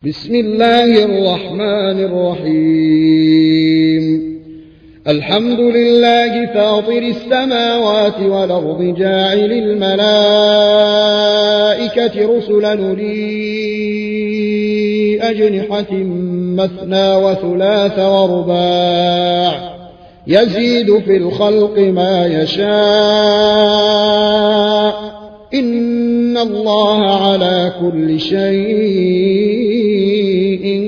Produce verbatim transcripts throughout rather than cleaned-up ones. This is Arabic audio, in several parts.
بسم الله الرحمن الرحيم. الحمد لله فاطر السماوات والأرض جاعل الملائكة رسلا أولي أجنحة مثنى وثلاث ورباع يزيد في الخلق ما يشاء إن الله على كل شيء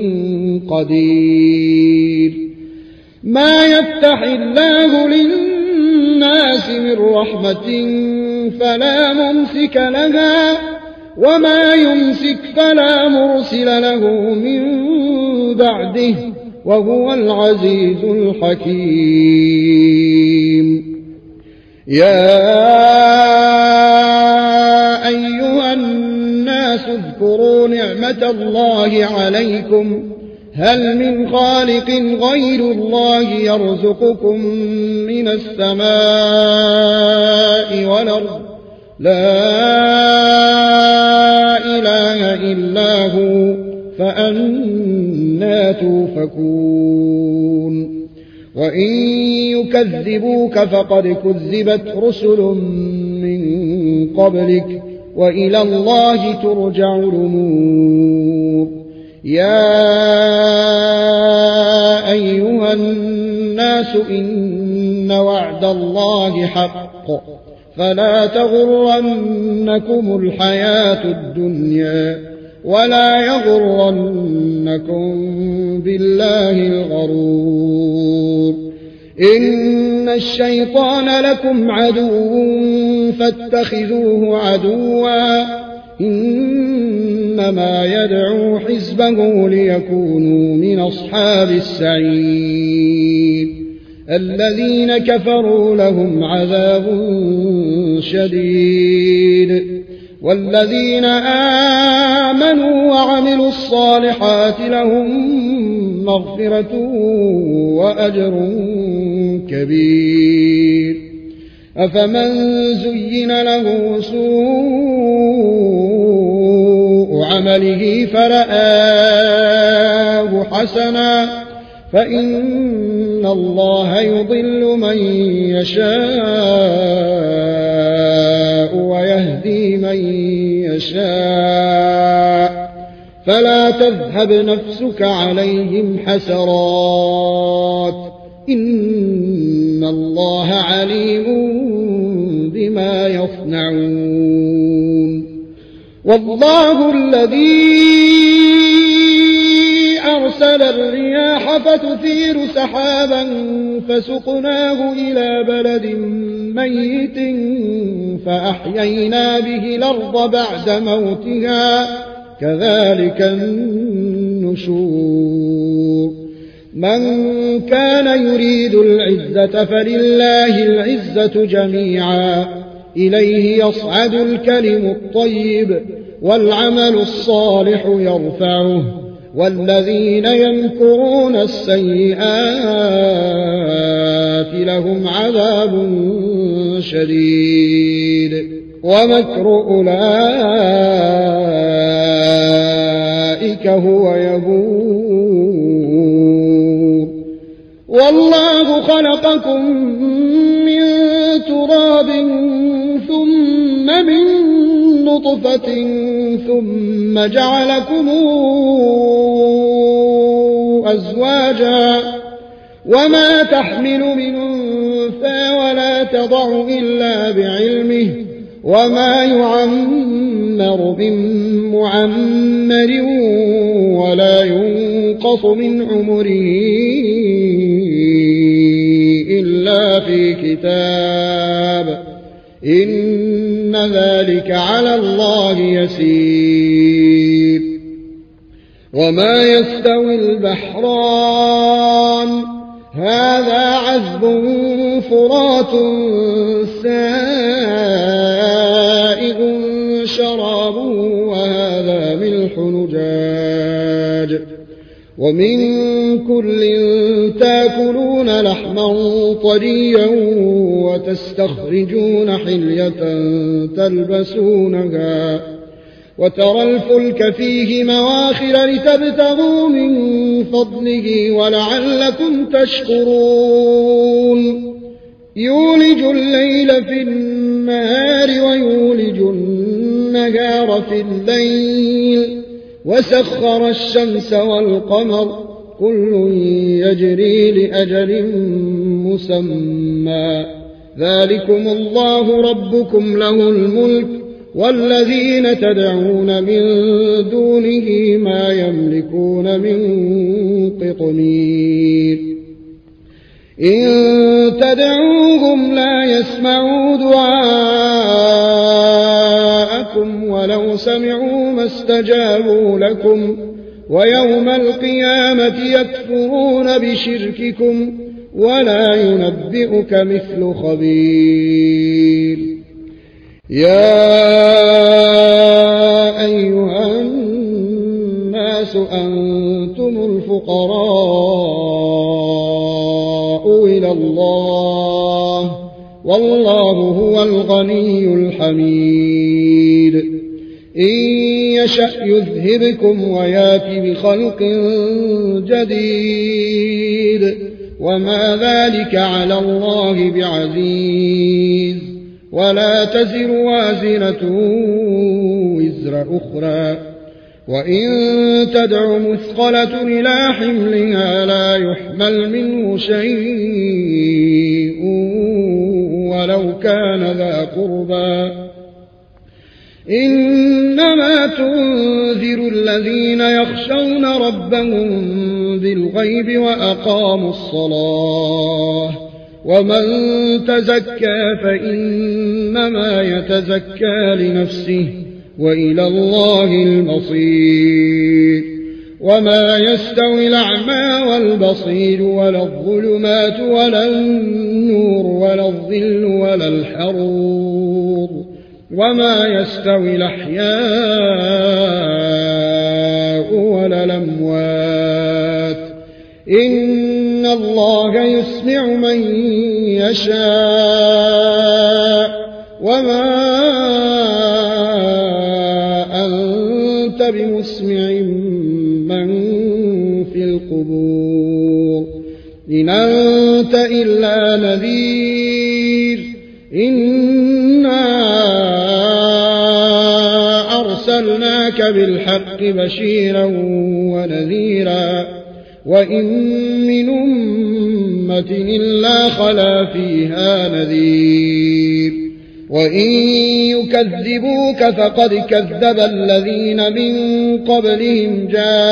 قدير. ما يفتح الله للناس من رحمة فلا ممسك لها وما يمسك فلا مرسل له من بعده وهو العزيز الحكيم. يا أيها الناس اذكروا نعمة الله عليكم هل من خالق غير الله يرزقكم من السماء والأرض لا إله إلا هو فأنى توفكون. وإن يكذبوك فقد كذبت رسل من قبلك وإلى الله ترجع الأمور. يا أيها الناس إن وعد الله حق فلا تغرنكم الحياة الدنيا ولا يغرنكم بالله الغرور. إن الشيطان لكم عدو فاتخذوه عدوا إنما يدعو حزبه ليكونوا من أصحاب السعير. الذين كفروا لهم عذاب شديد والذين آمنوا وعملوا الصالحات لهم مغفرة وأجر كبير. أفمن زين له سوء عمله فرآه حسنا فإن الله يضل من يشاء ويهدي من يشاء فلا تذهب نفسك عليهم حسرات إن الله عليم بما يصنعون. والله الذي أرسل الرياح فتثير سحابا فسقناه إلى بلد ميت فأحيينا به الأرض بعد موتها كذلك النشور. من كان يريد العزة فلله العزة جميعا إليه يصعد الكلم الطيب والعمل الصالح يرفعه والذين يمكرون السيئات لهم عذاب شديد ومكر أولئك هو يبور. والله خلقكم من تراب ثم من نطفة ثم جعلكم أزواجا وما تحمل من أنثى ولا تضع إلا بعلمه وما يعمر من معمر ولا ينقص من عمره إلا في كتاب إن ذلك على الله يسير. وما يستوي البحران هذا عذب فرات سائغ شرابه وهذا ملح نجاج ومن كل تاكلون لحما طريا وتستخرجون حلية تلبسونها وترى الفلك فيه مواخر لتبتغوا من فضله ولعلكم تشكرون يولج الليل في النهار ويولج النهار في الليل وسخر الشمس والقمر كل يجري لأجل مسمى ذلكم الله ربكم له الملك والذين تدعون من دونه ما يملكون من قطمير إن تدعوهم لا يسمعوا دعاءكم ولو سمعوا ما استجابوا لكم ويوم القيامة يكفرون بشرككم ولا ينبئك مثل خبير يا أيها الناس أنتم الفقراء إلى الله والله هو الغني الحميد إن يشأ يذهبكم ويأت بخلق جديد وما ذلك على الله بعزيز ولا تزر وازرة وزر أخرى وإن تدع مثقلة إلى حملها لا يحمل منه شيء ولو كان ذا قربى إنما تنذر الذين يخشون ربهم بالغيب وأقاموا الصلاة ومن تزكى فإنما يتزكى لنفسه وإلى الله المصير وما يستوي الأعمى والبصير ولا الظلمات ولا النور ولا الظل ولا الحرور وما يستوي الأحياء ولا الأموات إن الله يسمع من يشاء وما أنت بمسمع من في القبور إن أنت إلا نذير إنا أرسلناك بالحق بشيرا ونذيرا وإن من أمة إلا خلا فيها نذير وإن يكذبوك فقد كذب الذين من قبلهم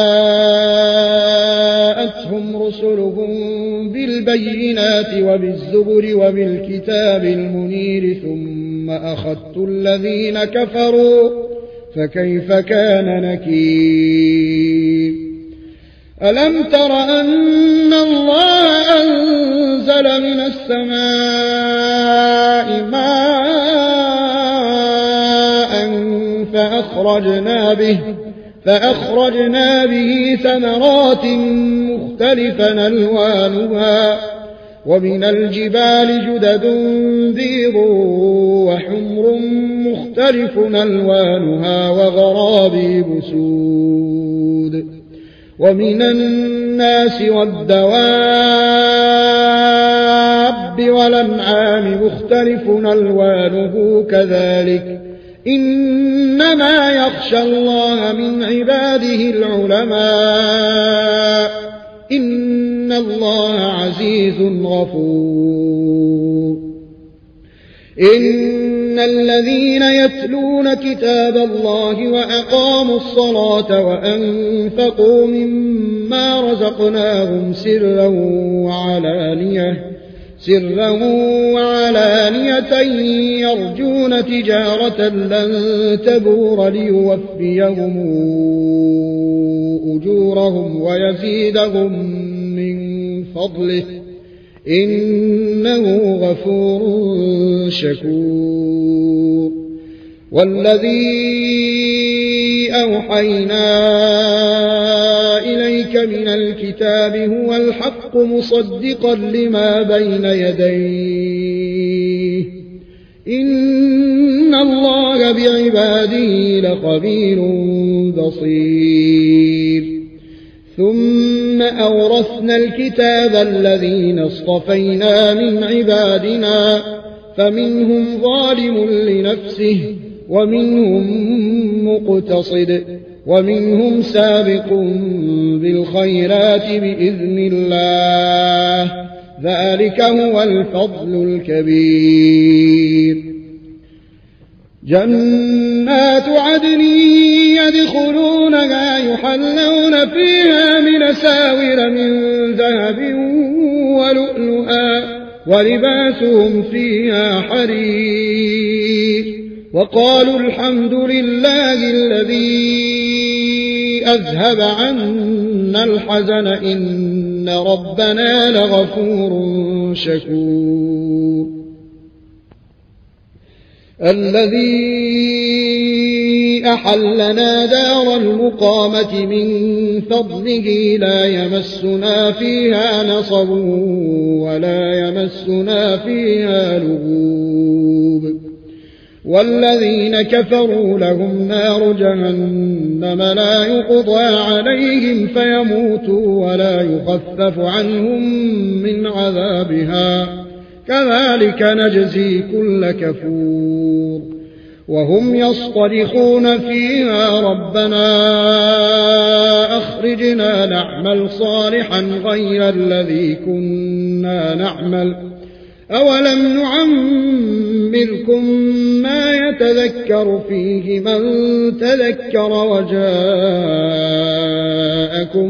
جاءتهم رسلهم بالبينات وبالزبر وبالكتاب المنير ثم أخذت الذين كفروا فكيف كان نكير ألم تر أن الله أنزل من السماء ماء فأخرجنا به فأخرجنا به ثمرات مختلفا ألوانها ومن الجبال جدد بيض وحمر مختلف ألوانها وغرابيب سود ومن الناس والدواب والأنعام مختلف ألوانه كذلك إنما يخشى الله من عباده العلماء إن الله عزيز غفور إن الذين يتلون كتاب الله وأقاموا الصلاة وأنفقوا مما رزقناهم سرا وعلانية سرا وعلانية يرجون تجارة لن تبور ليوفيهم أجورهم ويزيدهم من فضله إنه غفور شكور والذي أوحينا إليك من الكتاب هو الحق مصدقا لما بين يديه إن الله بعباده لخبير بصير. ثم أورثنا الكتاب الذين اصطفينا من عبادنا فمنهم ظالم لنفسه ومنهم مقتصد ومنهم سابق بالخيرات بإذن الله ذلك هو الفضل الكبير. جنات عدن يدخلونها يحلون فيها من أساور من ذهب ولؤلؤا ولباسهم فيها حرير وقالوا الحمد لله الذي أذهب عنا الحزن إن ربنا لغفور شكور. الذي أحلنا دار المقامة من فضله لا يمسنا فيها نصب ولا يمسنا فيها لغوب. والذين كفروا لهم نار جهنم لا يقضى عليهم فيموتوا ولا يخفف عنهم من عذابها كذلك نجزي كل كفور. وهم يصطرخون فيها ربنا أخرجنا نعمل صالحا غير الذي كنا نعمل أولم نعمركم ما يتذكر فيه من تذكر وجاءكم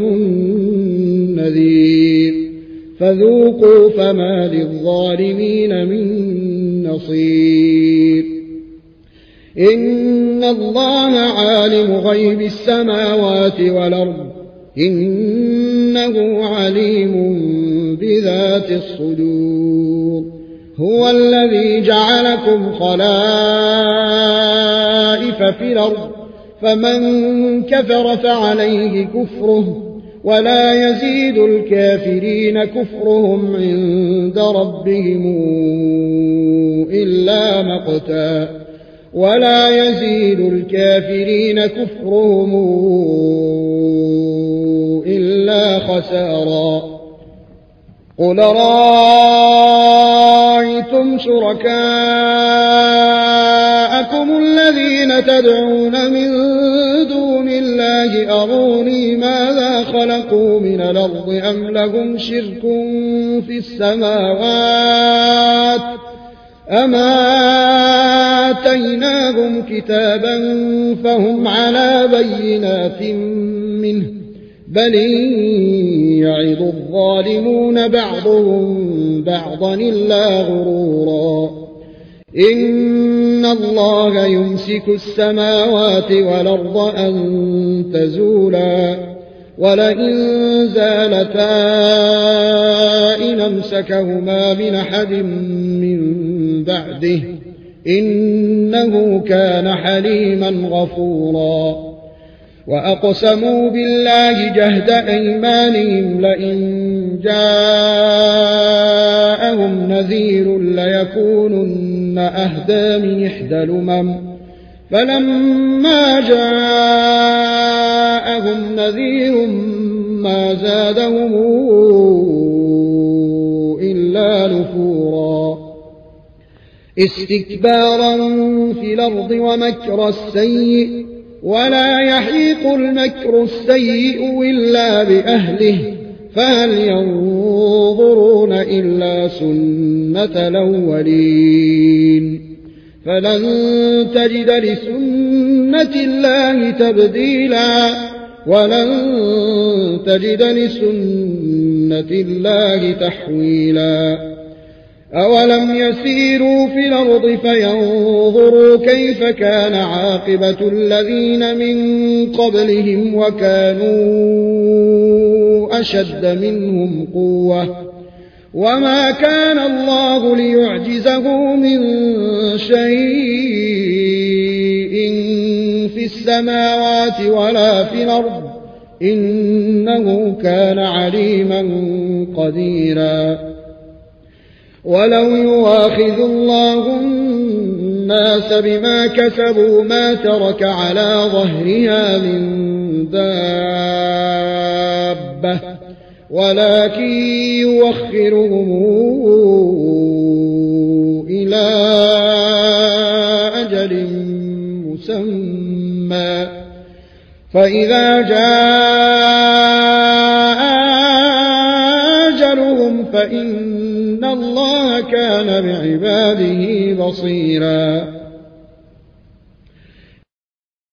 النذير فذوقوا فما للظالمين من نصير. إن الله عالم غيب السماوات والأرض إنه عليم بذات الصدور. هو الذي جعلكم خلائف في الأرض فمن كفر فعليه كفره ولا يزيد الكافرين كفرهم عند ربهم إلا مقتا ولا يزيد الكافرين كفرهم إلا خسارا. قل رأيتم شركاءكم الذين تدعون من دون الله أروني ماذا خلقوا من الأرض أم لهم شرك في السماوات أم آتيناهم كتابا فهم على بينات منه بل يعظ الظالمون بعضهم بعضا إلا غرورا. إن الله يمسك السماوات والأرض أن تزولا ولئن زالتا إن أمسكهما من أحد من بعده إنه كان حليما غفورا. وأقسموا بالله جهد أيمانهم لئن جاءهم نذير ليكونن أهدى من إحدى الأمم فلما جاءهم نذير ما زادهم إلا نفورا استكبارا في الأرض ومكر السيء ولا يحيق المكر السيء إلا بأهله فهل ينظرون إلا سنة الأولين فلن تجد لسنة الله تبديلا ولن تجد لسنة الله تحويلا. أولم يسيروا في الأرض فينظروا كيف كان عاقبة الذين من قبلهم وكانوا أشد منهم قوة وما كان الله ليعجزه من شيء في السماوات ولا في الأرض إنه كان عليما قديرا. ولو يؤاخذ الله الناس بما كسبوا ما ترك على ظهرها من دابة ولكن يوخرهم إلى أجل مسمى فإذا جاء أجلهم فإن الله كان بعباده بصيرا